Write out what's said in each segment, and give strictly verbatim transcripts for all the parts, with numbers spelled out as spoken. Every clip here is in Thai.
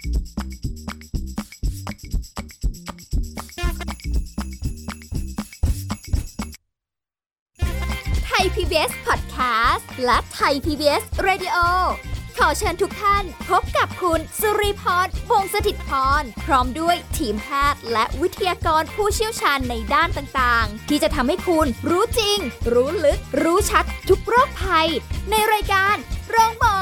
ไทย พี บี เอส Podcast และ ไทย พี บี เอส Radio ขอเชิญทุกท่านพบกับคุณสุริพร วงศ์สถิตพรพร้อมด้วยทีมแพทย์และวิทยากรผู้เชี่ยวชาญในด้านต่างๆที่จะทำให้คุณรู้จริงรู้ลึกรู้ชัดทุกโรคภัยในรายการโรงหมอ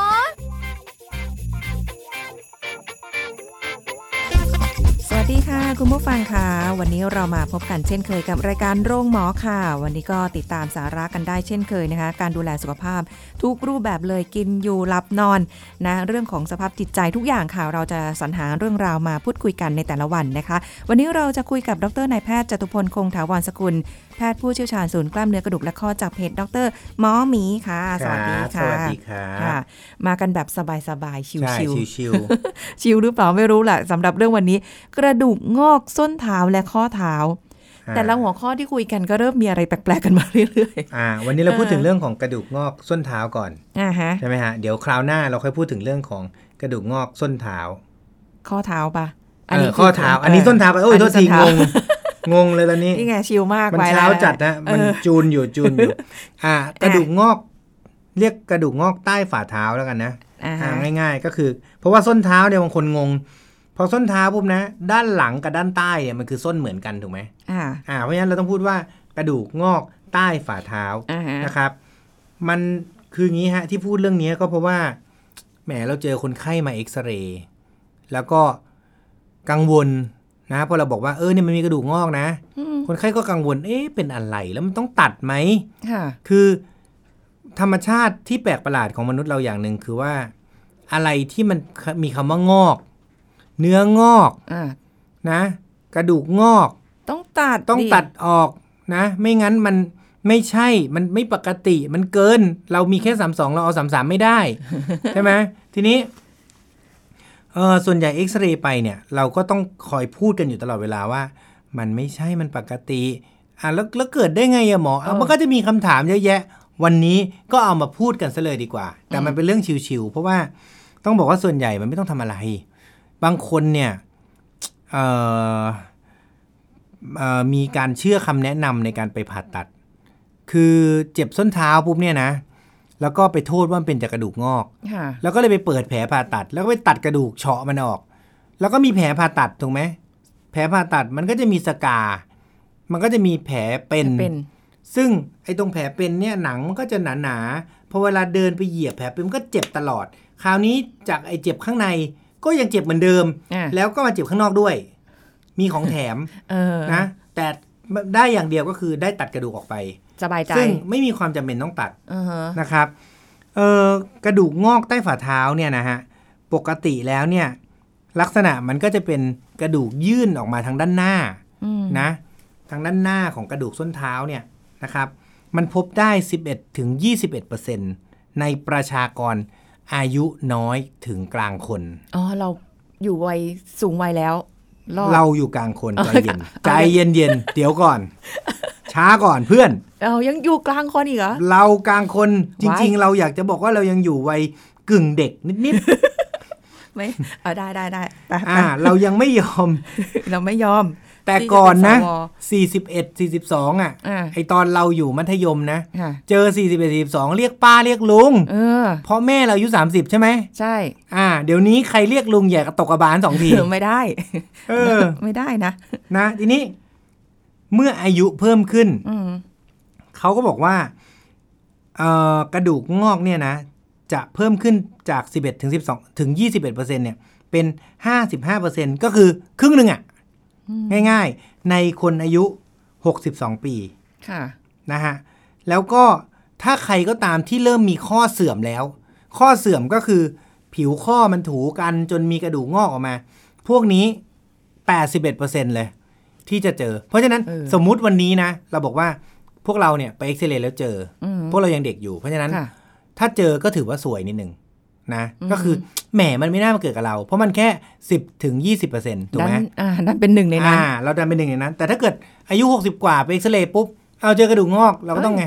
สวัสดีค่ะคุณผู้ฟังค่ะวันนี้เรามาพบกันเช่นเคยกับรายการโรงหมอค่ะวันนี้ก็ติดตามสาระกันได้เช่นเคยนะคะการดูแลสุขภาพทุกรูปแบบเลยกินอยู่หลับนอนนะเรื่องของสภาพจิตใจทุกอย่างค่ะเราจะสรรหาเรื่องราวมาพูดคุยกันในแต่ละวันนะคะวันนี้เราจะคุยกับดรนายแพทย์จตุพลคงถาวรสกุลแพทย์ผู้เชี่ยวชาญศูนย์กล้ามเนื้อกระดูกและข้อจากเพจดรหมอหมีค่ะสวัสดีค่ะสวัสดีค่ะมากันแบบสบายๆชิวๆชิวชิวชิวหรือเปล่าไม่รู้แหละสำหรับเรื่องวันนี้กระดูกงอกส้นเท้าและข้อเท้าแต่ละหัวข้อที่คุยกันก็เริ่มมีอะไรแปลกๆกันมาเรื่อยๆอ่าวันนี้เราพูดถึงเรื่องของกระดูกงอกส้นเท้าก่อนอ่าฮะใช่ไหมฮะเดี๋ยวคราวหน้าเราค่อยพูดถึงเรื่องของกระดูกงอกส้นเท้าข้อเท้าปะอันนี้ข้อเท้าอันนี้ส้นเท้าโอ้ยโทษทีงงงงเลยตอนนี้นี่ไงชิลมากมันเช้าจัดนะมันจูนอยู่จูนอยู่อ่ากระดูกงอกเรียกกระดูกงอกใต้ฝ่าเท้าแล้วกันนะอ่าง่ายๆก็คือเพราะว่าส้นเท้าเนี่ยบางคนงงพอส้นเท้าปุ๊บนะด้านหลังกับด้านใต้เนี่ยมันคือส้นเหมือนกันถูกไหมอ่าอ่าเพราะฉะนั้นเราต้องพูดว่ากระดูกงอกใต้ฝ่าเท้านะครับมันคืองี้ฮะที่พูดเรื่องนี้ก็เพราะว่าแหมเราเจอคนไข้มาเอ็กซเรย์แล้วก็กังวลนะพอเราบอกว่าเออเนี่ยมันมีกระดูกงอกนะคนไข้ก็กังวลเอ๊ะเป็นอะไรแล้วมันต้องตัดไหมคือธรรมชาติที่แปลกประหลาดของมนุษย์เราอย่างหนึ่งคือว่าอะไรที่มันมีคำว่างอกเนื้องอกอ่านะกระดูกงอกต้องตัดต้องตัดออกนะไม่งั้นมันไม่ใช่มันไม่ปกติมันเกินเรามีแค่สามสิบสองเราเอาสามสิบสามไม่ได้ ใช่ไหมทีนี้เออส่วนใหญ่เอ็กซเรย์ไปเนี่ยเราก็ต้องคอยพูดกันอยู่ตลอดเวลาว่ามันไม่ใช่มันปกติอ่ะแล้วแล้วเกิดได้ไงอะหมอเอามันก็จะมีคำถามเยอะแยะวันนี้ก็เอามาพูดกันซะเลยดีกว่าแต่มันเป็นเรื่องชิวๆเพราะว่าต้องบอกว่าส่วนใหญ่มันไม่ต้องทำอะไรบางคนเนี่ยเอ่อเอ่อมีการเชื่อคำแนะนำในการไปผ่าตัดคือเจ็บส้นเท้าปุ๊บเนี่ยนะแล้วก็ไปโทษว่ามันเป็นจากกระดูกงอกแล้วก็เลยไปเปิดแผลผ่าตัดแล้วก็ไปตัดกระดูกเฉาะมันออกแล้วก็มีแผลผ่าตัดถูกไหมแผลผ่าตัดมันก็จะมีสกามันก็จะมีแผลเป็นซึ่งไอ้ตรงแผลเป็นเนี่ยหนังมันก็จะหนาๆพอเวลาเดินไปเหยียบแผลเป็นมันก็เจ็บตลอดคราวนี้จากไอ้เจ็บข้างในก็ยังเจ็บเหมือนเดิมแล้วก็มาเจ็บข้างนอกด้วยมีของแถมนะแต่ได้อย่างเดียวก็คือได้ตัดกระดูกออกไปสบายใจซึ่งไม่มีความจำเป็นต้องตัด uh-huh. นะครับเออกระดูกงอกใต้ฝ่าเท้าเนี่ยนะฮะปกติแล้วเนี่ยลักษณะมันก็จะเป็นกระดูกยื่นออกมาทางด้านหน้า uh-huh. นะทางด้านหน้าของกระดูกส้นเท้าเนี่ยนะครับมันพบได้ สิบเอ็ดถึงยี่สิบเอ็ดเปอร์เซ็นต์ ในประชากรอายุน้อยถึงกลางคนอ๋อเราอยู่วัยสูงวัยแล้วเราอยู่กลางคนใจเย็นใจเย็นๆเดี๋ยวก่อนช้าก่อนเพื่อนเรายังอยู่กลางคนอีกเหรอเรากลางคนจริงๆเราอยากจะบอกว่าเรายังอยู่วัยกึ่งเด็กนิดๆไม่เอาได้ได้ได้อ่าเรายังไม่ยอมเราไม่ยอมแต่ก่อนนะสี่สิบเอ็ด สี่สิบสองอ่ะไอตอนเราอยู่มัธยมนะเจอสี่สิบเอ็ด สี่สิบสองเรียกป้าเรียกลุงเออเพราะแม่เราอายุสามสิบใช่ไหมใช่อ่าเดี๋ยวนี้ใครเรียกลุงอย่ากระตกกระบาลสองทีไม่ได้เออไม่ได้นะนะทีนี้เมื่ออายุเพิ่มขึ้นเขาก็บอกว่าเอ่อกระดูกงอกเนี่ยนะจะเพิ่มขึ้นจากสิบเอ็ดถึงสิบสองถึง ยี่สิบเอ็ดเปอร์เซ็นต์ เนี่ยเป็น ห้าสิบห้าเปอร์เซ็นต์ ก็คือครึ่งนึงอ่ะง่ายๆในคนอายุหกสิบสองปีค่ะนะฮะแล้วก็ถ้าใครก็ตามที่เริ่มมีข้อเสื่อมแล้วข้อเสื่อมก็คือผิวข้อมันถูกันจนมีกระดูกงอกออกมาพวกนี้ แปดสิบเอ็ดเปอร์เซ็นต์ เลยที่จะเจอเพราะฉะนั้นสมมุติวันนี้นะเราบอกว่าพวกเราเนี่ยไปเอ็กซเรย์แล้วเจอพวกเรายังเด็กอยู่เพราะฉะนั้นถ้าเจอก็ถือว่าสวยนิดนึงนะก็คือแหมมันไม่น่ามาเกิดกับเราเพราะมันแค่ สิบถึงยี่สิบเปอร์เซ็นต์ ถูกไหมอ่านั่นเป็นหนึ่งในนั้นอ่าเราดันเป็นหนึ่งในนั้นแต่ถ้าเกิดอายุหกสิบกว่าไปเอ็กซเรย์ปุ๊บเอาเจอกระดูกงอกเราก็ต้องไง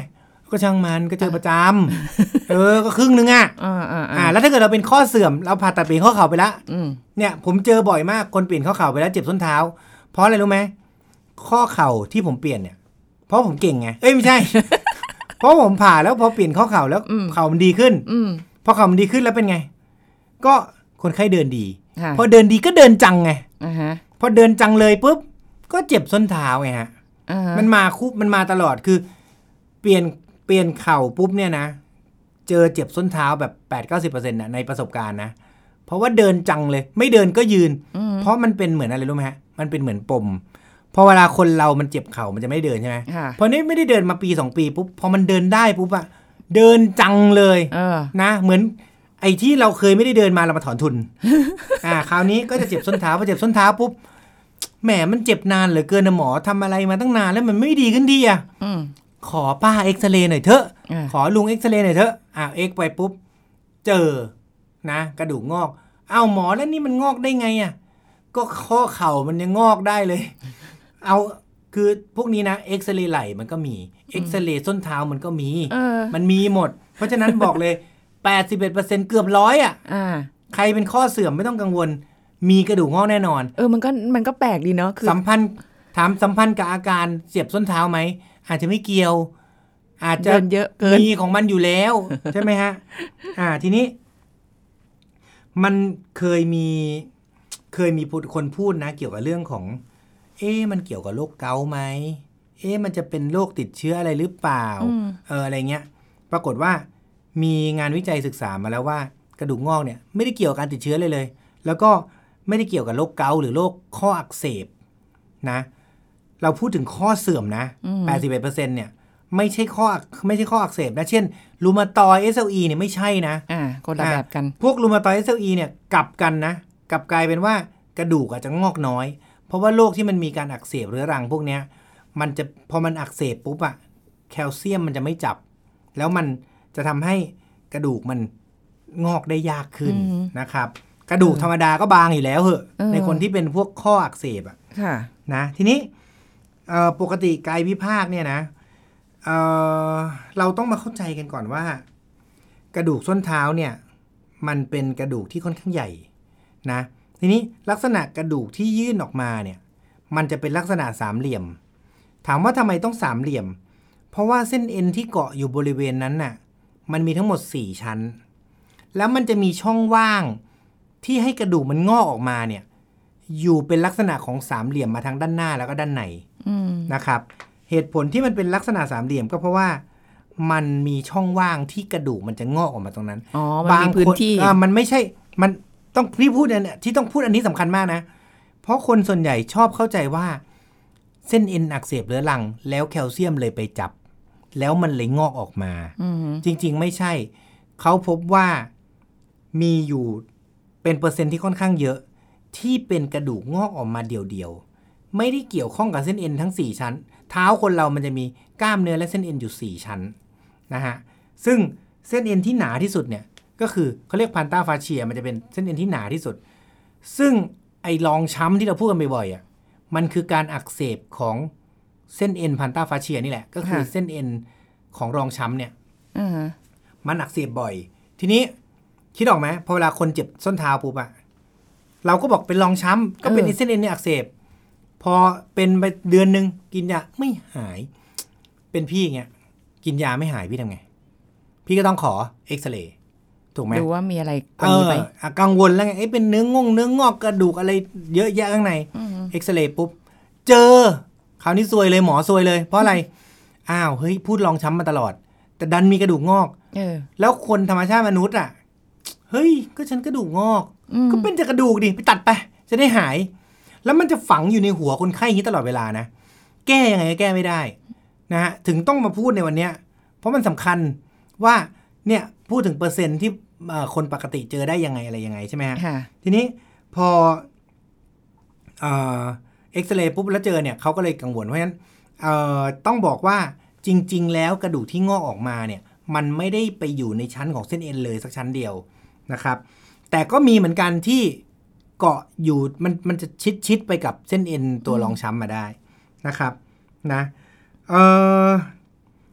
ก็ช่างมันก็เจอประจำ เออก็ครึ่งนึงอ่ะอ่าอ่าแล้วถ้าเกิดเราเป็นข้อเสื่อมเราผ่าตัดเปลี่ยนข้อเข่าไปแล้วเนี่ยผมเจอบ่อยมากคนเปลี่ยนข้อเข่าไปแล้วเจ็บส้นเท้าเพราะอะไรรู้ไหมข้อเข่าที่ผมเปลี่ยนเนี่ยเพราะผมเก่งไงเอ้ยไม่ใช่ เพราะผมผ่าแล้วพอเปลี่ยนข้อเข่าแล้วเข่ามันดีขึ้นพอเข่ามันดีขึ้นแล้วเป็นไงก็คนไข้เดินดีพอเดินดีก็เดินจังไงพอเดินจังเลยปุ๊บก็เจ็บส้นเท้าไงฮะมันมาคุบมันมาตลอดคือเปลี่ยนเปลี่ยนเข่าปุ๊บเนี่ยนะเจอเจ็บส้นเท้าแบบ แปดถึงเก้าสิบเปอร์เซ็นต์ นะในประสบการณ์นะเพราะว่าเดินจังเลยไม่เดินก็ยืนเพราะมันเป็นเหมือนอะไรรู้ไหมฮะมันเป็นเหมือนปมพอเวลาคนเรามันเจ็บเข่ามันจะไม่เดินใช่ไหมพอนี้ไม่ได้เดินมาปีสองปีปุ๊บพอมันเดินได้ปุ๊บอะเดินจังเลยนะเหมือนไอ้ที่เราเคยไม่ได้เดินมาเรามาถอนทุน อ่าคราวนี้ก็จะเจ็บส้นเท้าพอเจ็บส้นเท้าปุ๊บแหมมันเจ็บนานเหลือเกินนะหมอทำอะไรมาตั้งนานแล้วมันไม่ดีขึ้นดีอ่ะขอป้าเอ็กซเรย์หน่อยเถอะขอลุงเอ็กซเรย์หน่อยเถอะอ่าเอ็กไปปุ๊บเจอนะกระดูกงอกเอ้าหมอแล้วนี่มันงอกได้ไงอ่ะก็ข้อเข่ามันยังงอกได้เลยเอาคือพวกนี้นะเอ็กซเรย์ไหล่มันก็มีเอ็กซเรย์ส้นเท้ามันก็มีมันมีหมดเพราะฉะนั้นบอกเลย แปดสิบเอ็ดเปอร์เซ็นต์ เกือบร้อยอ่ะใครเป็นข้อเสื่อมไม่ต้องกังวลมีกระดูกงอกแน่นอนเออมันก็มันก็แปลกดีเนาะคือสัมพันธ์ถามสัมพันธ์กับอาการเสียบส้นเท้าไหมอาจจะไม่เกี่ยวอาจจะเยอะเกินมีของมันอยู่แล้ว ใช่ไหมฮะอ่าทีนี้มันเคยมีเคยมีคนพูดนะเกี่ยวกับเรื่องของเอ๊ะมันเกี่ยวกับโรคเกาต์ไหมเอ๊ะมันจะเป็นโรคติดเชื้ออะไรหรือเปล่าเอออะไรเงี้ยปรากฏว่ามีงานวิจัยศึกษามาแล้วว่ากระดูกงอกเนี่ยไม่ได้เกี่ยวกับการติดเชื้อเลยเลยแล้วก็ไม่ได้เกี่ยวกับโรคเกาต์หรือโรคข้ออักเสบนะเราพูดถึงข้อเสื่อมนะ แปดสิบเอ็ดเปอร์เซ็นต์ เนี่ยไม่ใช่ข้อไม่ใช่ข้ออักเสบนะเช่นรูมาตอยด์ เอส แอล อี เนี่ยไม่ใช่นะอ่าคนละแบบกันพวกรูมาตอยด์ เอส แอล อี เนี่ยกลับกันนะกลับกลายเป็นว่ากระดูกอาจจะงอกน้อยเพราะว่าโรคที่มันมีการอักเสบเรื้อรังพวกเนี้ยมันจะพอมันอักเสบปุ๊บอะแคลเซียมมันจะไม่จับแล้วมันจะทำให้กระดูกมันงอกได้ยากขึ้นนะครับกระดูกธรรมดาก็บางอยู่แล้วเหอะในคนที่เป็นพวกข้ออักเสบอ่ะนะทีนี้ปกติกายวิภาคเนี่ยนะ เ, เราต้องมาเข้าใจกันก่อนว่ากระดูกส้นเท้าเนี่ยมันเป็นกระดูกที่ค่อนข้างใหญ่นะทีนี้ลักษณะกระดูกที่ยื่นออกมาเนี่ยมันจะเป็นลักษณะสามเหลี่ยมถามว่าทำไมต้องสามเหลี่ยมเพราะว่าเส้นเอ็นที่เกาะอยู่บริเวณนั้นน่ะมันมีทั้งหมดสี่ชั้นแล้วมันจะมีช่องว่างที่ให้กระดูกมันงอกออกมาเนี่ยอยู่เป็นลักษณะของสามเหลี่ยมมาทางด้านหน้าแล้วก็ด้านในนะครับเหตุผลที่มันเป็นลักษณะสามเหลี่ยมก็เพราะว่ามันมีช่องว่างที่กระดูกมันจะงอกออกมาตรงนั้นอ๋อมันมีพื้นที่อ่ามันไม่ใช่มันต้องพี่พูดเนี่ยที่ต้องพูดอันนี้สำคัญมากนะเพราะคนส่วนใหญ่ชอบเข้าใจว่าเส้นเอ็นอักเสบเรื้อรังแล้วแคลเซียมเลยไปจับแล้วมันเลยงอกออกมาจริงๆไม่ใช่เขาพบว่ามีอยู่เป็นเปอร์เซ็นต์ที่ค่อนข้างเยอะที่เป็นกระดูกงอกออกมาเดี่ยวๆไม่ได้เกี่ยวข้องกับเส้นเอ็นทั้งสี่ชั้นเท้าคนเรามันจะมีกล้ามเนื้อและเส้นเอ็นอยู่สี่ชั้นนะฮะซึ่งเส้นเอ็นที่หนาที่สุดเนี่ยก็คือเขาเรียกพันต้าฟาเชียมันจะเป็นเส้นเอ็นที่หนาที่สุดซึ่งไอ้รองช้ำที่เราพูดกันบ่อยๆอ่ะมันคือการอักเสบของเส้นเอ็นพันต้าฟาเชียนี่แหละก็คือเส้นเอ็นของรองช้ำเนี่ยมันอักเสบบ่อยทีนี้คิดออกไหมพอเวลาคนเจ็บส้นเท้าปุ๊บอะเราก็บอกเป็นรองช้ำก็เป็นเส้นเอ็นเนี่ยอักเสบพอเป็นไปเดือนนึงกินยาไม่หายเป็นพี่เงี้ยกินยาไม่หายพี่ทำไงพี่ก็ต้องขอเอ็กซเรย์ถูกไหมดูว่ามีอะไรกังวลไปกังวลแล้วไงเป็นเนื้องงเนื้องอกกระดูกอะไรเยอะแยะข้างในเอ็กซเรย์ปุ๊บเจอคราวนี้ซวยเลยหมอซวยเลยเพราะอะไรอ้าวเฮ้ยพูดรองช้ำมาตลอดแต่ดันมีกระดูกงอกแล้วคนธรรมชาติมนุษย์อ่ะเฮ้ยก็ฉันกระดูกงอกก็เป็นแต่กระดูกดิไปตัดไปจะได้หายแล้วมันจะฝังอยู่ในหัวคนไข้อย่างนี้ตลอดเวลานะแก้ยังไงก็แก้ไม่ได้นะฮะถึงต้องมาพูดในวันนี้เพราะมันสำคัญว่าเนี่ยพูดถึงเปอร์เซ็นต์ที่คนปกติเจอได้ยังไงอะไรยังไงใช่ไหมฮะทีนี้พอเอ็กซเรย์ปุ๊บแล้วเจอเนี่ยเขาก็เลยกังวลเพราะฉะนั้นต้องบอกว่าจริงๆแล้วกระดูกที่งอกออกมาเนี่ยมันไม่ได้ไปอยู่ในชั้นของเส้นเอ็นเลยสักชั้นเดียวนะครับแต่ก็มีเหมือนกันที่เกาะอยู่มันมันจะชิดชิดไปกับเส้นเอ็นตัวรองช้ำมาได้นะครับนะเอ่อ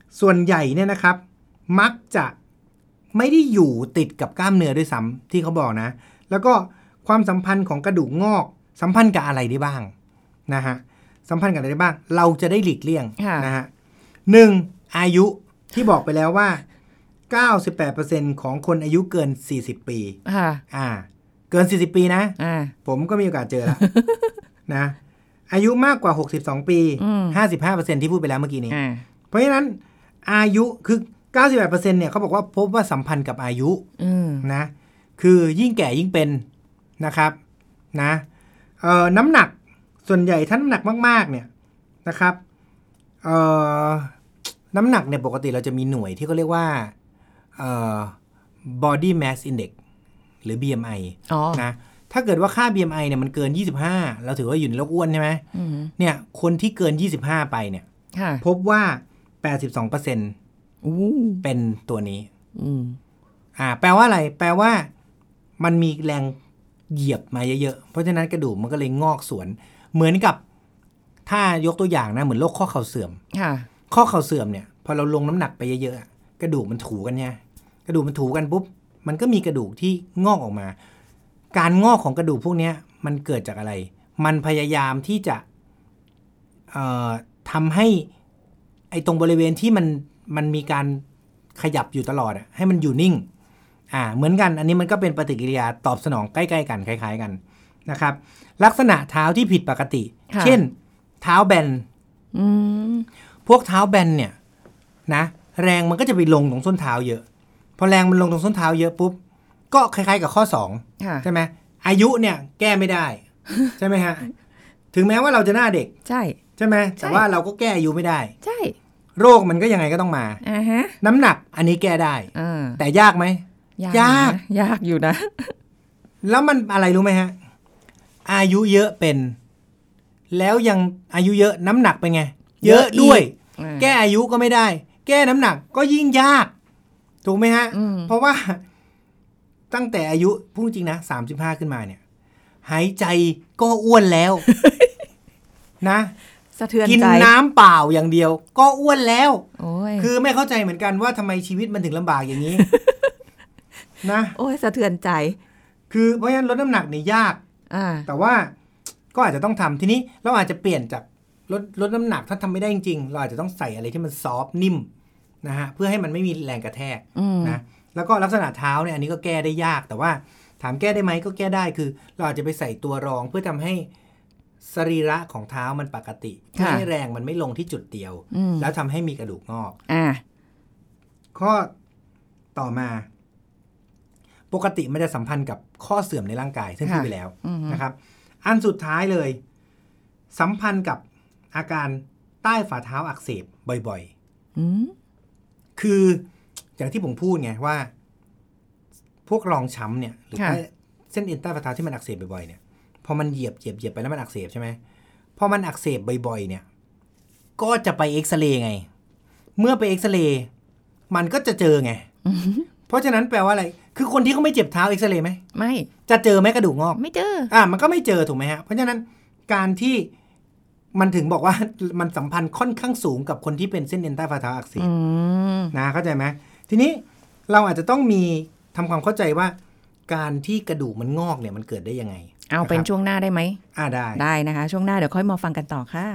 ส่วนใหญ่เนี่ยนะครับมักจะไม่ได้อยู่ติดกับกล้ามเนื้อด้วยซ้ำที่เขาบอกนะแล้วก็ความสัมพันธ์ของกระดูกงอกสัมพันธ์กับอะไรได้บ้างนะฮะสัมพันธ์กับอะไรได้บ้างเราจะได้หลีกเลี่ยงนะฮะหนึ่งอายุที่บอกไปแล้วว่า เก้าสิบแปดเปอร์เซ็นต์ ของคนอายุเกินสี่สิบปีอ่าเกินสี่สิบปีนะผมก็มีโอกาสเจอแล้ว นะอายุมากกว่าหกสิบสองปี ห้าสิบห้าเปอร์เซ็นต์ ที่พูดไปแล้วเมื่อกี้นี้เพราะฉะนั้นอายุคือ เก้าสิบแปดเปอร์เซ็นต์ เนี่ยเขาบอกว่าพบว่าสัมพันธ์กับอายุนะคือยิ่งแก่ยิ่งเป็นนะครับนะเอ่อน้ำหนักส่วนใหญ่ถ้าน้ำหนักมากๆเนี่ยนะครับเอ่อน้ำหนักเนี่ยปกติเราจะมีหน่วยที่เขาเรียกว่าเอ่อ body mass index หรือ บี เอ็ม ไอ นะถ้าเกิดว่าค่า บี เอ็ม ไอ เนี่ยมันเกินยี่สิบห้าเราถือว่าอยู่ในโรคอ้วนใช่ไหมเนี่ยคนที่เกินยี่สิบห้าไปเนี่ยพบว่า แปดสิบสองเปอร์เซ็นต์ เป็นตัวนี้อ่าแปลว่าอะไรแปลว่ามันมีแรงเหยียบมาเยอะๆเพราะฉะนั้นกระดูกมันก็เลยงอกสวนเหมือนกับถ้ายกตัวอย่างนะเหมือนโรคข้อเข่าเสื่อมข้อเข่าเสื่อมเนี่ยพอเราลงน้ำหนักไปเยอะๆกระดูกมันถูกันเนี่ยกระดูกมันถูกันปุ๊บมันก็มีกระดูกที่งอกออกมาการงอกของกระดูกพวกนี้มันเกิดจากอะไรมันพยายามที่จะเอ่อทำให้ไอ้ตรงบริเวณที่มันมันมีการขยับอยู่ตลอดอ่ะให้มันอยู่นิ่งอ่าเหมือนกันอันนี้มันก็เป็นปฏิกิริยาตอบสนองใกล้ๆกันคล้ายๆกันนะครับลักษณะเท้าที่ผิดปกติเช่นเท้าแบนพวกเท้าแบนเนี่ยนะแรงมันก็จะไปลงตรงส้นเท้าเยอะพอแรงมันลงตรงส้นเท้าเยอะปุ๊บก็คล้ายๆกับข้อสองใช่ไหมอายุเนี่ยแก้ไม่ได้ ใช่ไหมฮะถึงแม้ว่าเราจะหน้าเด็กใช่ใช่ไหมแต่ว่าเราก็แก้อายุไม่ได้ใช่โรคมันก็ยังไงก็ต้องมา uh-huh. น้ำหนักอันนี้แก้ได้ uh. แต่ยากไหมยากยากอยู่นะแล้วมันอะไรรู้ไหมฮะอายุเยอะเป็นแล้วยังอายุเยอะน้ำหนักเป็นไงเยอะด้วย uh. แก้อายุก็ไม่ได้แก้น้ำหนักก็ยิ่งยากถูกไหมฮะ uh. เพราะว่าตั้งแต่อายุพูดจริงนะสามสิบห้าขึ้นมาเนี่ยหายใจก็อ้วนแล้ว นะสะเทือนใจกินน้ำเปล่าอย่างเดียวก็อ้วนแล้วคือไม่เข้าใจเหมือนกันว่าทำไมชีวิตมันถึงลำบากอย่างนี้ นะโอ้ยสะเทือนใจคือเพราะฉะนั้นลดน้ำหนักนี่ยากแต่ว่าก็อาจจะต้องทำทีนี้เราอาจจะเปลี่ยนจากลดลดน้ำหนักถ้าทำไม่ได้จริงๆเราอาจจะต้องใส่อะไรที่มันซอฟต์นิ่มนะฮะเพื่อให้มันไม่มีแรงกระแทกนะแล้วก็ลักษณะเท้าเนี่ยอันนี้ก็แก้ได้ยากแต่ว่าถามแก้ได้ไหมก็แก้ได้คือเราอาจจะไปใส่ตัวรองเพื่อทำให้สรีระของเท้ามันปกติเพื่อให้แรงมันไม่ลงที่จุดเดียวแล้วทำให้มีกระดูกงอกข้อต่อมาปกติมันจะสัมพันธ์กับข้อเสื่อมในร่างกายซึ่งพูดไปแล้วนะครับอันสุดท้ายเลยสัมพันธ์กับอาการใต้ฝ่าเท้าอักเสบบ่อยๆคืออย่างที่ผมพูดไงว่าพวกรองช้ำเนี่ยหรือเส้นเอ็นใต้ฝ่าเท้าที่มันอักเสบบ่อยๆเนี่ยพอมันเหยียบเหยียบเหยียบไปแล้วมันอักเสบใช่ไหมพอมันอักเสบบ่อยๆเนี่ยก็จะไปเอ็กซเรย์ไงเมื่อไปเอ็กซเรย์มันก็จะเจอไง เพราะฉะนั้นแปลว่าอะไรคือคนที่เขาไม่เจ็บเท้าเอ็กซเรย์ไหมไม่จะเจอไหมกระดูกงอกไม่เจออ่ะมันก็ไม่เจอถูกไหมฮะเพราะฉะนั้นการที่มันถึงบอกว่ามันสัมพันธ์ค่อนข้างสูงกับคนที่เป็นเส้นเอ็นใต้ฝ่าเท้าอักเสบนะเข้าใจไหมทีนี้เราอาจจะต้องมีทำความเข้าใจว่าการที่กระดูกมันงอกเนี่ยมันเกิดได้ยังไงเอาเป็นช่วงหน้าได้ไหมอ่าได้ได้นะคะช่วงหน้าเดี๋ยวค่อยมาฟังกันต่อค่ะ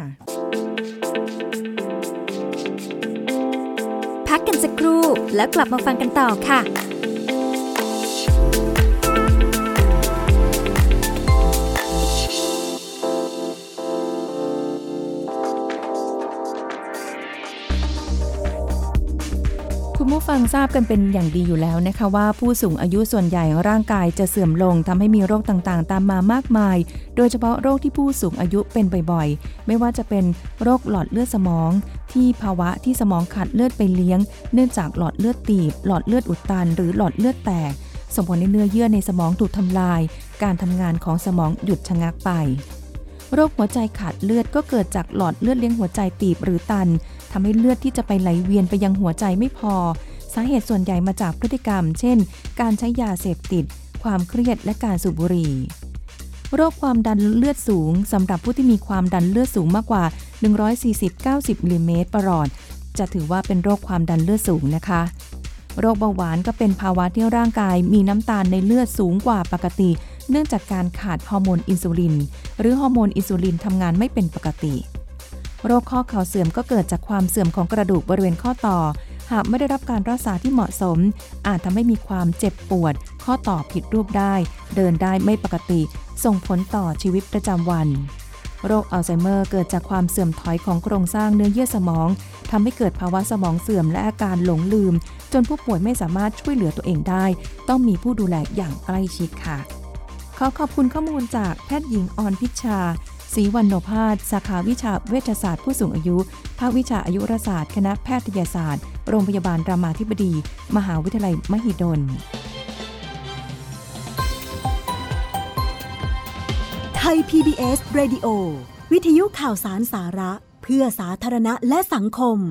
พักกันสักครู่แล้วกลับมาฟังกันต่อค่ะคุณผู้ฟังทราบกันเป็นอย่างดีอยู่แล้วนะคะว่าผู้สูงอายุส่วนใหญ่ร่างกายจะเสื่อมลงทำให้มีโรคต่างๆตามมามากมายโดยเฉพาะโรคที่ผู้สูงอายุเป็นบ่อยๆไม่ว่าจะเป็นโรคหลอดเลือดสมองที่ภาวะที่สมองขาดเลือดไปเลี้ยงเนื่องจากหลอดเลือดตีบหลอดเลือดอุดตันหรือหลอดเลือดแตกส่งผลให้เนื้อเยื่อในสมองถูกทำลายการทำงานของสมองหยุดชะงักไปโรคหัวใจขาดเลือดก็เกิดจากหลอดเลือดเลี้ยงหัวใจตีบหรือตันทำให้เลือดที่จะไปไหลเวียนไปยังหัวใจไม่พอสาเหตุส่วนใหญ่มาจากพฤติกรรมเช่นการใช้ยาเสพติดความเครียดและการสูบบุหรี่โรคความดันเลือดสูงสำหรับผู้ที่มีความดันเลือดสูงมากกว่า หนึ่งร้อยสี่สิบ เก้าสิบ มิลลิเมตรประหลอดจะถือว่าเป็นโรคความดันเลือดสูงนะคะโรคเบาหวานก็เป็นภาวะที่ร่างกายมีน้ำตาลในเลือดสูงกว่าปกติเนื่องจากการขาดฮอร์โมนอินซูลินหรือฮอร์โมนอินซูลินทำงานไม่เป็นปกติโรคข้อเข่าเสื่อมก็เกิดจากความเสื่อมของกระดูกบริเวณข้อต่อหากไม่ได้รับการรักษาที่เหมาะสมอาจทำให้มีความเจ็บปวดข้อต่อผิดรูปได้เดินได้ไม่ปกติส่งผลต่อชีวิตประจำวันโรคอัลไซเมอร์เกิดจากความเสื่อมถอยของโครงสร้างเนื้อเยื่อสมองทำให้เกิดภาวะสมองเสื่อมและอาการหลงลืมจนผู้ป่วยไม่สามารถช่วยเหลือตัวเองได้ต้องมีผู้ดูแลอย่างใกล้ชิดค่ะขอขอบคุณข้อมูลจากแพทย์หญิงอรพิชชาศรีวรรณภาสสาขาวิชาเวชศาสตร์ผู้สูงอายุภาควิชาอายุรศาสตร์คณะแพทยศาสตร์โรงพยาบาลรามาธิบดีมหาวิทยาลัยมหิดลไทย พี บี เอส Radio วิทยุข่าวสารสาระเพื่อสาธารณะและสังคม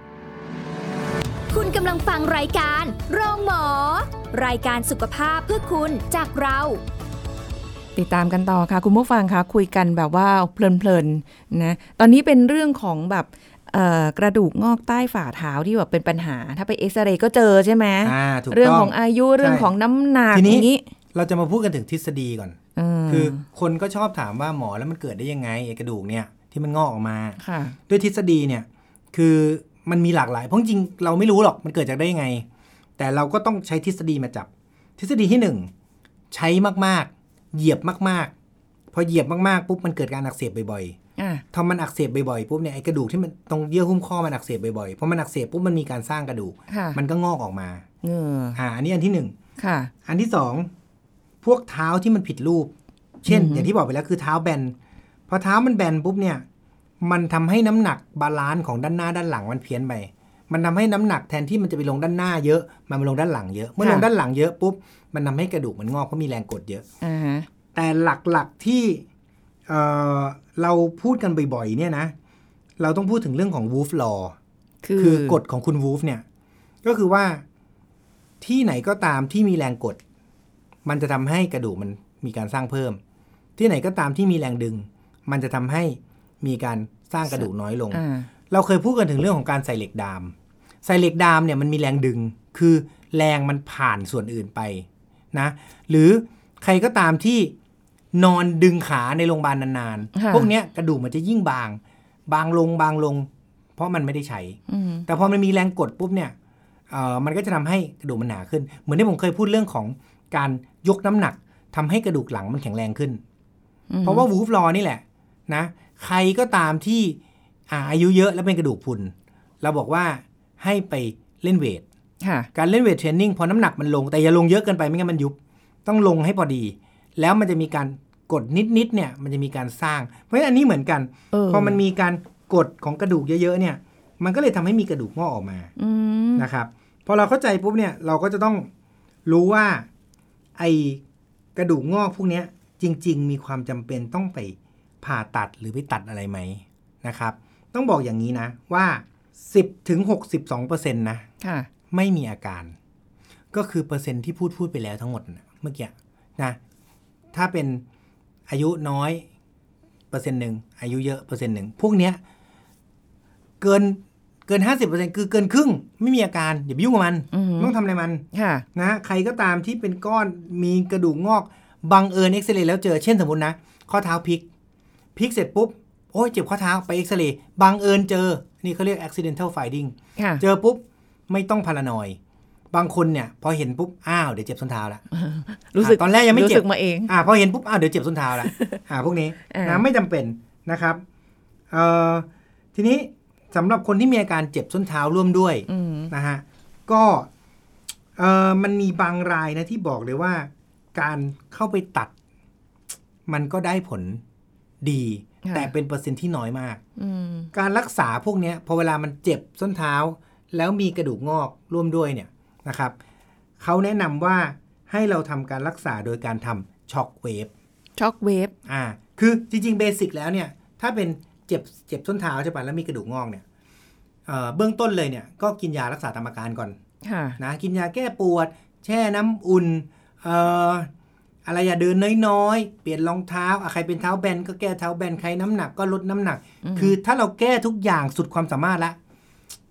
คุณกำลังฟังรายการโรงหมอรายการสุขภาพเพื่อคุณจากเราติดตามกันต่อค่ะคุณผู้ฟังคะคุยกันแบบว่าเพลินๆนะตอนนี้เป็นเรื่องของแบบกระดูกงอกใต้ฝ่าเท้าที่แบบเป็นปัญหาถ้าไปเอ็กซเรย์ก็เจอใช่ไหมเรื่องของอายุเรื่องของน้ำหนักอย่างนี้เราจะมาพูดกันถึงทฤษฎีก่อนคือคนก็ชอบถามว่าหมอแล้วมันเกิดได้ยังไงไอ้กระดูกเนี่ยที่มันงอกออกมาด้วยทฤษฎีเนี่ยคือมันมีหลากหลายเพราะจริงเราไม่รู้หรอกมันเกิดจากได้ยังไงแต่เราก็ต้องใช้ทฤษฎีมาจับทฤษฎีที่หนึ่งใช้มากๆเหยียบมากๆพอเหยียบมากๆปุ๊บมันเกิดการอักเสบบ่อยๆถ้ามันอักเสบบ่อยๆปุ๊บเนี่ยไอ้กระดูกที่มันตรงเยื่อหุ้มข้อมันอักเสบบ่อยๆพอมันอักเสบปุ๊บมันมีการสร้างกระดูกมันก็งอกออกมาอ่าอันนี้อันที่หนึ่งอันที่สองพวกเท้าที่มันผิดรูปเช่นอย่างที่บอกไปแล้วคือเท้าแบนพอเท้ามันแบนปุ๊บเนี่ยมันทำให้น้ำหนักบาลานซ์ของด้านหน้าด้านหลังมันเพี้ยนไปมันทำให้น้ำหนักแทนที่มันจะไปลงด้านหน้าเยอะมันมาลงด้านหลังเยอะเมื่อลงด้านหลังเยอะปุ๊บมันทำให้กระดูกมันงอกเพราะมีแรงกดเยอะ uh-huh. แต่หลักๆที่เอ่อเราพูดกันบ่อยๆเนี่ยนะเราต้องพูดถึงเรื่องของ Wolff Law คือคือกฎของคุณ Wolff เนี่ยก็คือว่าที่ไหนก็ตามที่มีแรงกดมันจะทำให้กระดูกมันมีการสร้างเพิ่มที่ไหนก็ตามที่มีแรงดึงมันจะทำให้มีการสร้างกระดูกน้อยลง uh. เราเคยพูดกันถึงเรื่องของการใส่เหล็กดามใส่เหล็กดามเนี่ยมันมีแรงดึงคือแรงมันผ่านส่วนอื่นไปนะหรือใครก็ตามที่นอนดึงขาในโรงพยาบาลนานๆพวกเนี้ยกระดูกมันจะยิ่งบางบางลงบางลงเพราะมันไม่ได้ใช้แต่พอมันมีแรงกดปุ๊บเนี่ยเอ่อมันก็จะทำให้กระดูกมันหนาขึ้นเหมือนที่ผมเคยพูดเรื่องของการยกน้ำหนักทำให้กระดูกหลังมันแข็งแรงขึ้นเพราะว่า Wolff Law นี่แหละนะใครก็ตามที่อายุเยอะแล้วเป็นกระดูกพรุนเราบอกว่าให้ไปเล่นเวทการเล่นเวทเทรนนิ่งพอน้ำหนักมันลงแต่อย่าลงเยอะเกินไปไม่งั้นมันยุบต้องลงให้พอดีแล้วมันจะมีการกดนิดๆเนี่ยมันจะมีการสร้างเพราะฉะนั้นอันนี้เหมือนกันพอมันมีการกดของกระดูกเยอะๆเนี่ยมันก็เลยทำให้มีกระดูกงอกออกมานะครับพอเราเข้าใจปุ๊บเนี่ยเราก็จะต้องรู้ว่าไอ้กระดูกงอกพวกนี้จริงๆมีความจำเป็นต้องไปผ่าตัดหรือไปตัดอะไรไหมนะครับต้องบอกอย่างนี้นะว่า สิบถึงหกสิบสองเปอร์เซ็นต์ นะไม่มีอาการก็คือเปอร์เซ็นต์ที่พูดพูดไปแล้วทั้งหมดนะเมื่อกี้นะถ้าเป็นอายุน้อยเปอร์เซ็นต์หนึ่งอายุเยอะเปอร์เซ็นต์หนึ่งพวกเนี้ยเกินเกิน ห้าสิบเปอร์เซ็นต์ คือเกินครึ่งไม่มีอาการอย่าไปยุ่งกับมันไม่ต้องทำอะไรมันนะใครก็ตามที่เป็นก้อนมีกระดูกงอกบังเอิญเอ็กซเรย์แล้วเจอเช่นสมมตินะข้อเท้าพลิกพลิกเสร็จปุ๊บโอ้ยเจ็บข้อเท้าไปเอ็กซเรย์บังเอิญเจอนี่เขาเรียก accidental finding เจอปุ๊บไม่ต้องพารานอยบางคนเนี่ยพอเห็นปุ๊บอ้าวเดี๋ยวเจ็บส้นเท้าละรู้สึกตอนแรกยังไม่เจ็บมาเองอ่าพอเห็นปุ๊บอ้าวเดี๋ยวเจ็บส้นเท้าละอ่าพวกนี้นะไม่จำเป็นนะครับเอ่อทีนี้สำหรับคนที่มีอาการเจ็บส้นเท้าร่วมด้วยนะฮะก็เอ่อมันมีบางรายนะที่บอกเลยว่าการเข้าไปตัดมันก็ได้ผลดีแต่เป็นเปอร์เซ็นต์ที่น้อยมากการรักษาพวกนี้พอเวลามันเจ็บส้นเท้าแล้วมีกระดูกงอกร่วมด้วยเนี่ยนะครับเขาแนะนำว่าให้เราทำการรักษาโดยการทำช็อคเวฟช็อคเวฟอ่าคือจริงๆเบสิกแล้วเนี่ยถ้าเป็นเจ็บเจ็บส้นเท้าใช่ป่ะแล้วมีกระดูกงอกเนี่ย เอ่อเบื้องต้นเลยเนี่ยก็กินยารักษาตามอาการก่อนนะกินยาแก้ปวดแช่น้ำอุ่นเอ่ออะไรอย่าเดินน้อยๆเปลี่ยนรองเท้าใครเป็นเท้าแบนก็แก้เท้าแบนใครน้ำหนักก็ลดน้ำหนักคือถ้าเราแก้ทุกอย่างสุดความสามารถละ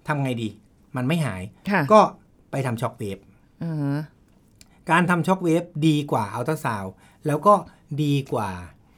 ทำไงดีมันไม่หายค่ะก็ไปทำช็อคเวฟอ่าการทำช็อคเวฟดีกว่าอัลตราซาวด์แล้วก็ดีกว่า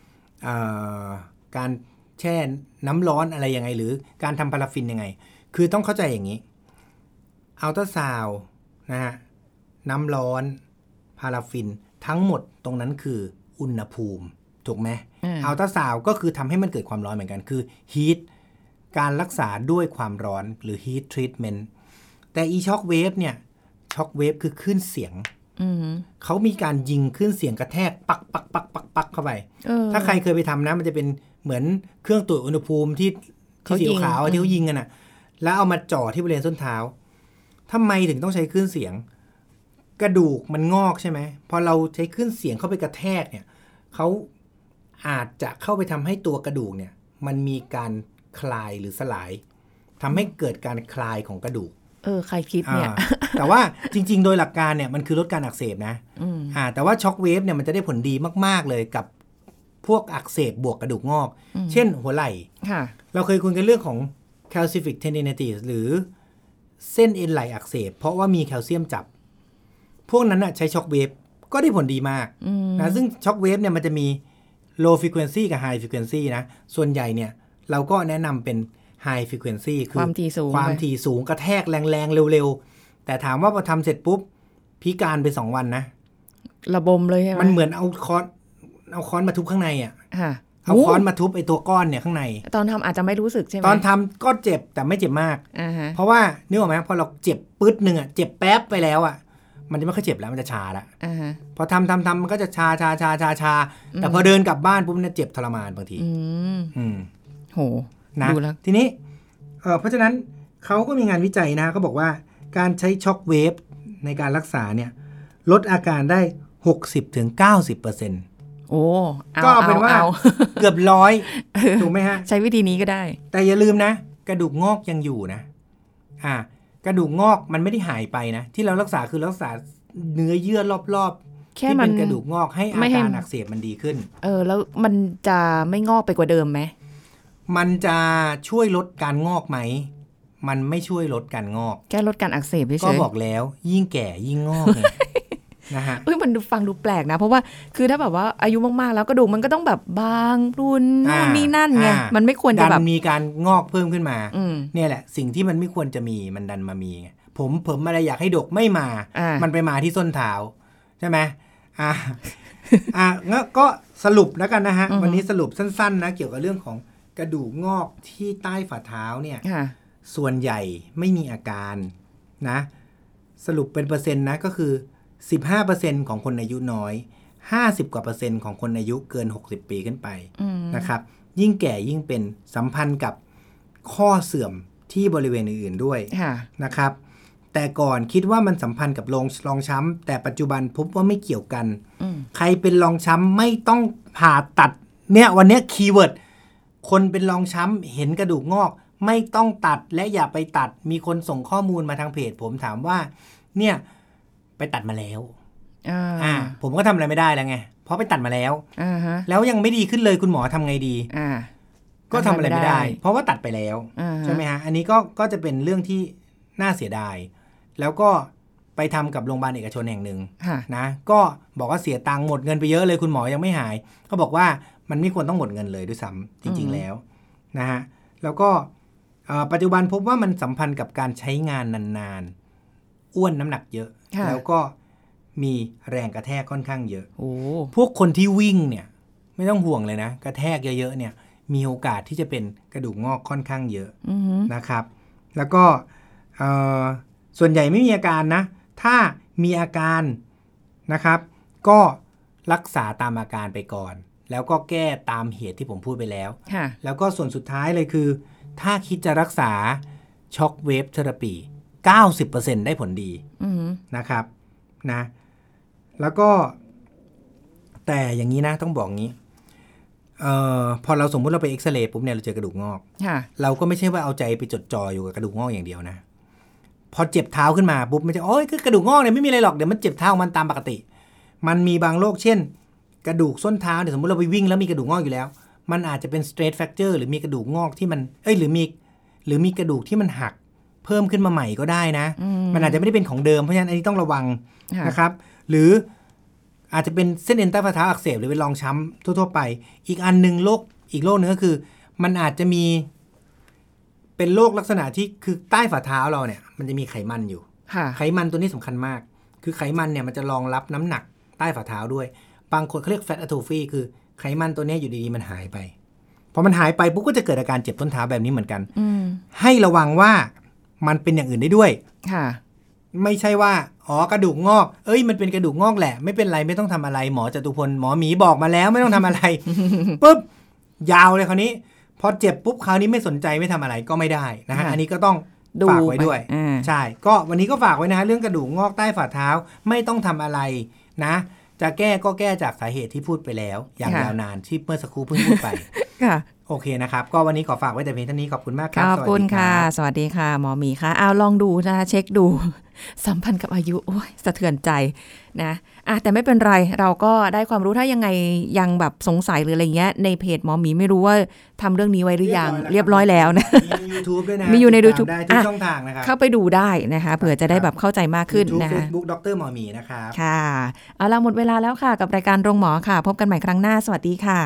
การแช่น้ำร้อนอะไรยังไงหรือการทำพาราฟินยังไงคือต้องเข้าใจอย่างนี้อัลตราซาวด์นะฮะน้ำร้อนพาราฟินทั้งหมดตรงนั้นคืออุณหภูมิถูกไหมอัลตราซาวด์ก็คือทำให้มันเกิดความร้อนเหมือนกันคือฮีทการรักษาด้วยความร้อนหรือฮีททรีทเมนต์แต่อีช็อคเวฟเนี่ยช็อคเวฟคือคลื่นเสียงเขามีการยิงคลื่นเสียงกระแทกปักปักปักปักปักเข้าไปถ้าใครเคยไปทำนะมันจะเป็นเหมือนเครื่องตรวจอุณหภูมิที่ที่สีขาวที่เขายิงกันน่ะแล้วเอามาจ่อที่บริเวณส้นเท้าทำไมถึงต้องใช้คลื่นเสียงกระดูกมันงอกใช่ไหมพอเราใช้คลื่นเสียงเข้าไปกระแทกเนี่ยเขาอาจจะเข้าไปทำให้ตัวกระดูกเนี่ยมันมีการคลายหรือสลายทำให้เกิดการคลายของกระดูกเออใครคิดเนี่ยแต่ว่าจริงๆโดยหลักการเนี่ยมันคือลดการอักเสบนะอ่าแต่ว่าช็อคเวฟเนี่ยมันจะได้ผลดีมากๆเลยกับพวกอักเสบบวกกระดูกงอกเช่นหัวไหล่เราเคยคุยกันเรื่องของ calcific tendinitis หรือเส้นเอ็นไหล่อักเสบเพราะว่ามีแคลเซียมจับพวกนั้นน่ะใช้ช็อคเวฟก็ได้ผลดีมากนะซึ่งช็อคเวฟเนี่ยมันจะมี low frequency กับ high frequency นะส่วนใหญ่เนี่ยเราก็แนะนำเป็นhigh frequency คือความถี่สูงความถี่สูงกระแทกแรงๆเร็วๆแต่ถามว่าพอทำเสร็จปุ๊บพิการไปสองวันนะระบมเลยใช่ไหมมันเหมือนเอาค้อนเอาค้อนมาทุบข้างในอ่ะเอาค้อนมาทุบไอ้ตัวก้อนเนี่ยข้างในตอนทำอาจจะไม่รู้สึกใช่ไหมตอนทำก็เจ็บแต่ไม่เจ็บมากเพราะว่านึกออกไหมพอเราเจ็บปึ๊ดนึงอ่ะเจ็บแป๊บไปแล้วอ่ะมันจะไม่ค่อยเจ็บแล้วมันจะชาละพอทำทำทำมันก็จะชาชาชาชาชาแต่พอเดินกลับบ้านปุ๊บเนี่ยเจ็บทรมานบางทีอืมโหนะทีนี้เอ่อเพราะฉะนั้นเขาก็มีงานวิจัยนะเขาบอกว่าการใช้ช็อคเวฟในการรักษาเนี่ยลดอาการได้ หกสิบถึงเก้าสิบเปอร์เซ็นต์โอ้ก็เป็นว่าเกือบร้อยถูกไหมฮะใช้วิธีนี้ก็ได้แต่อย่าลืมนะกระดูกงอกยังอยู่นะอ่ากระดูกงอกมันไม่ได้หายไปนะที่เรารักษาคือรักษาเนื้อเยื่อรอบๆที่เป็นกระดูกงอกให้อาการอักเสบมันดีขึ้นเออแล้วมันจะไม่งอกไปกว่าเดิมไหมมันจะช่วยลดการงอกไหมมันไม่ช่วยลดการงอกแค่ลดการอักเสบเฉยๆก็บอกแล้วยิ่งแก่ยิ่งงอกไงนะฮะเอ้ยมันดูฟังดูแปลกนะเพราะว่าคือถ้าแบบว่าอายุมากๆแล้วกระดูกมันก็ต้องแบบบางรุนนู่นนี่นั่นไงมันไม่ควรจะแบบมีการงอกเพิ่มขึ้นมาเนี่ยแหละสิ่งที่มันไม่ควรจะมีมันดันมามีผมผมอะไรอยากให้ดกไม่มามันไปมาที่ส้นเท้าใช่ไหมอ่าอ่างั้นก็สรุปแล้วกันนะฮะวันนี้สรุปสั้นๆนะเกี่ยวกับเรื่องของกระดูกงอกที่ใต้ฝ่าเท้าเนี่ยส่วนใหญ่ไม่มีอาการนะสรุปเป็นเปอร์เซ็นต์นะก็คือ สิบห้าเปอร์เซ็นต์ ของคนอายุน้อยห้าสิบกว่าเปอร์เซ็นต์ของคนอายุเกินหกสิบปีขึ้นไปนะครับยิ่งแก่ยิ่งเป็นสัมพันธ์กับข้อเสื่อมที่บริเวณอื่นๆด้วยนะครับแต่ก่อนคิดว่ามันสัมพันธ์กับรองรองช้ำแต่ปัจจุบันพบว่าไม่เกี่ยวกันใครเป็นรองช้ำไม่ต้องผ่าตัดเนี่ยวันนี้คีย์เวิร์ดคนเป็นรองช้ำเห็นกระดูกงอกไม่ต้องตัดและอย่าไปตัดมีคนส่งข้อมูลมาทางเพจผมถามว่าเนี่ยไปตัดมาแล้วอ่าผมก็ทำอะไรไม่ได้แล้วไงเพราะไปตัดมาแล้วแล้วยังไม่ดีขึ้นเลยคุณหมอทำไงดีก็ทำอะไรไม่ได้เพราะว่าตัดไปแล้วใช่ไหมฮะอันนี้ก็ก็จะเป็นเรื่องที่น่าเสียดายแล้วก็ไปทำกับโรงพยาบาลเอกชนแห่งหนึ่งนะก็บอกว่าเสียตังค์หมดเงินไปเยอะเลยคุณหมอยังไม่หายเขาบอกว่ามันไม่ควรต้องหมดเงินเลยด้วยซ้ำจริงๆแล้วนะฮะแล้วก็ปัจจุบันพบว่ามันสัมพันธ์กับการใช้งานนานๆอ้วนน้ำหนักเยอะแล้วก็มีแรงกระแทกค่อนข้างเยอะพวกคนที่วิ่งเนี่ยไม่ต้องห่วงเลยนะกระแทกเยอะๆเนี่ยมีโอกาสที่จะเป็นกระดูกงอกค่อนข้างเยอะนะครับแล้วก็ส่วนใหญ่ไม่มีอาการนะถ้ามีอาการนะครับก็รักษาตามอาการไปก่อนแล้วก็แก้ตามเหตุที่ผมพูดไปแล้วแล้วก็ส่วนสุดท้ายเลยคือถ้าคิดจะรักษาช็อคเวฟเทอราปี เก้าสิบเปอร์เซ็นต์ ได้ผลดีนะครับนะแล้วก็แต่อย่างนี้นะต้องบอกงี้เอ่อพอเราสมมุติเราไปเอ็กซเรย์ปุ๊บเนี่ยเราเจอกระดูกงอกเราก็ไม่ใช่ว่าเอาใจไปจดจ่ออยู่กับกระดูกงอกอย่างเดียวนะพอเจ็บเท้าขึ้นมาปุ๊บมันจะโอ๊ยคือกระดูกงอกเนี่ยไม่มีอะไรหรอกเดี๋ยวมันเจ็บเท้ามันตามปกติมันมีบางโรคเช่นกระดูกส้นเท้าเนี่ยสมมติเราไปวิ่งแล้วมีกระดูกงอกอยู่แล้วมันอาจจะเป็น stress fracture หรือมีกระดูกงอกที่มันเอ้ยหรือมีหรือมีกระดูกที่มันหักเพิ่มขึ้นมาใหม่ก็ได้นะมมันอาจจะไม่ได้เป็นของเดิมเพราะฉะนั้นอันนี้ต้องระวังนะครับหรืออาจจะเป็นเส้นเอ็นใต้ฝ่าเท้าอักเสบหรือเป็นรองช้ำทั่วๆไปอีกอันนึงโรคอีกโรคนึงก็คือมันอาจจะมีเป็นโรคลักษณะที่คือใต้ฝ่าเท้าเราเนี่ยมันจะมีไขมันอยู่ไขมันตัวนี้สำคัญมากคือไขมันเนี่ยมันจะรองรับน้ำหนักใต้ฝ่าเท้าด้วยบางคนเขาเรียก fat atrophy คือไขมันตัวนี้อยู่ดีๆมันหายไปพอมันหายไปปุ๊บก็จะเกิดอาการเจ็บต้นเท้าแบบนี้เหมือนกันให้ระวังว่ามันเป็นอย่างอื่นได้ด้วยค่ะไม่ใช่ว่าอ๋อกระดูกงอกเอ้ยมันเป็นกระดูกงอกแหละไม่เป็นไรไม่ต้องทำอะไรหมอจตุพลหมอหมีบอกมาแล้วไม่ต้องทำอะไร ปุ๊บยาวเลยคราวนี้พอเจ็บปุ๊บคราวนี้ไม่สนใจไม่ทำอะไรก็ไม่ได้นะฮะอันนี้ก็ต้องฝากไว้ด้วยใช่ก็วันนี้ก็ฝากไว้นะฮะเรื่องกระดูกงอกใต้ฝ่าเท้าไม่ต้องทำอะไรนะจะแก้ก็แก้จากสาเหตุที่พูดไปแล้วอย่างยาวนานที่เมื่อสักครู่เพิ่งพูดไปโอเคนะครับก็วันนี้ขอฝากไว้แต่เพียงเท่านี้ขอบคุณมากครับขอบคุณค่ะสวัสดีค่ะหมอหมีค่ะเอาลองดูนะคะเช็คดูสัมพันธ์กับอายุโอ้ยสะเทือนใจนะอ่ะแต่ไม่เป็นไรเราก็ได้ความรู้ถ้ายังไงยังแบบสงสัยหรืออะไรเงี้ยในเพจหมอหมีไม่รู้ว่าทำเรื่องนี้ไว้หรือยังเรียบร้อยแล้วนะมีใน YouTube ด้วยนะมีอยู่ใน YouTube ได้ทุกช่องทางนะครับเข้าไปดูได้นะคะเผื่อจะได้แบบเข้าใจมากขึ้นนะคะ Facebook ดรหมอหมีนะครับค่ะเอาล่ะหมดเวลาแล้วค่ะกับรายการโรงหมอค่ะพบกันใหม่ครั้งหน้าสวัสดีค่ะ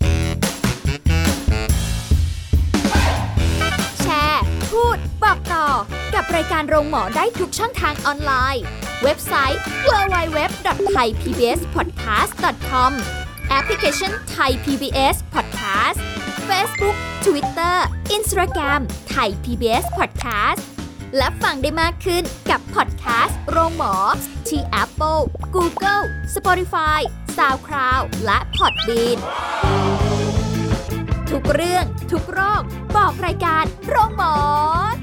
พูดบอกต่อกับรายการโรงหมอได้ทุกช่องทางออนไลน์เว็บไซต์ ดับเบิลยู ดับเบิลยู ดับเบิลยู ดอท ไทย พี บี เอส พอดแคสต์ ดอท คอม แอปพลิเคชัน Thai พี บี เอส Podcast Facebook Twitter Instagram Thai พี บี เอส Podcast และฟังได้มากขึ้นกับพอดแคสต์โรงหมอที่ Apple, Google, Spotify, SoundCloud และ Podbeanทุกเรื่องทุกโรคบอกรายการโรงหมอ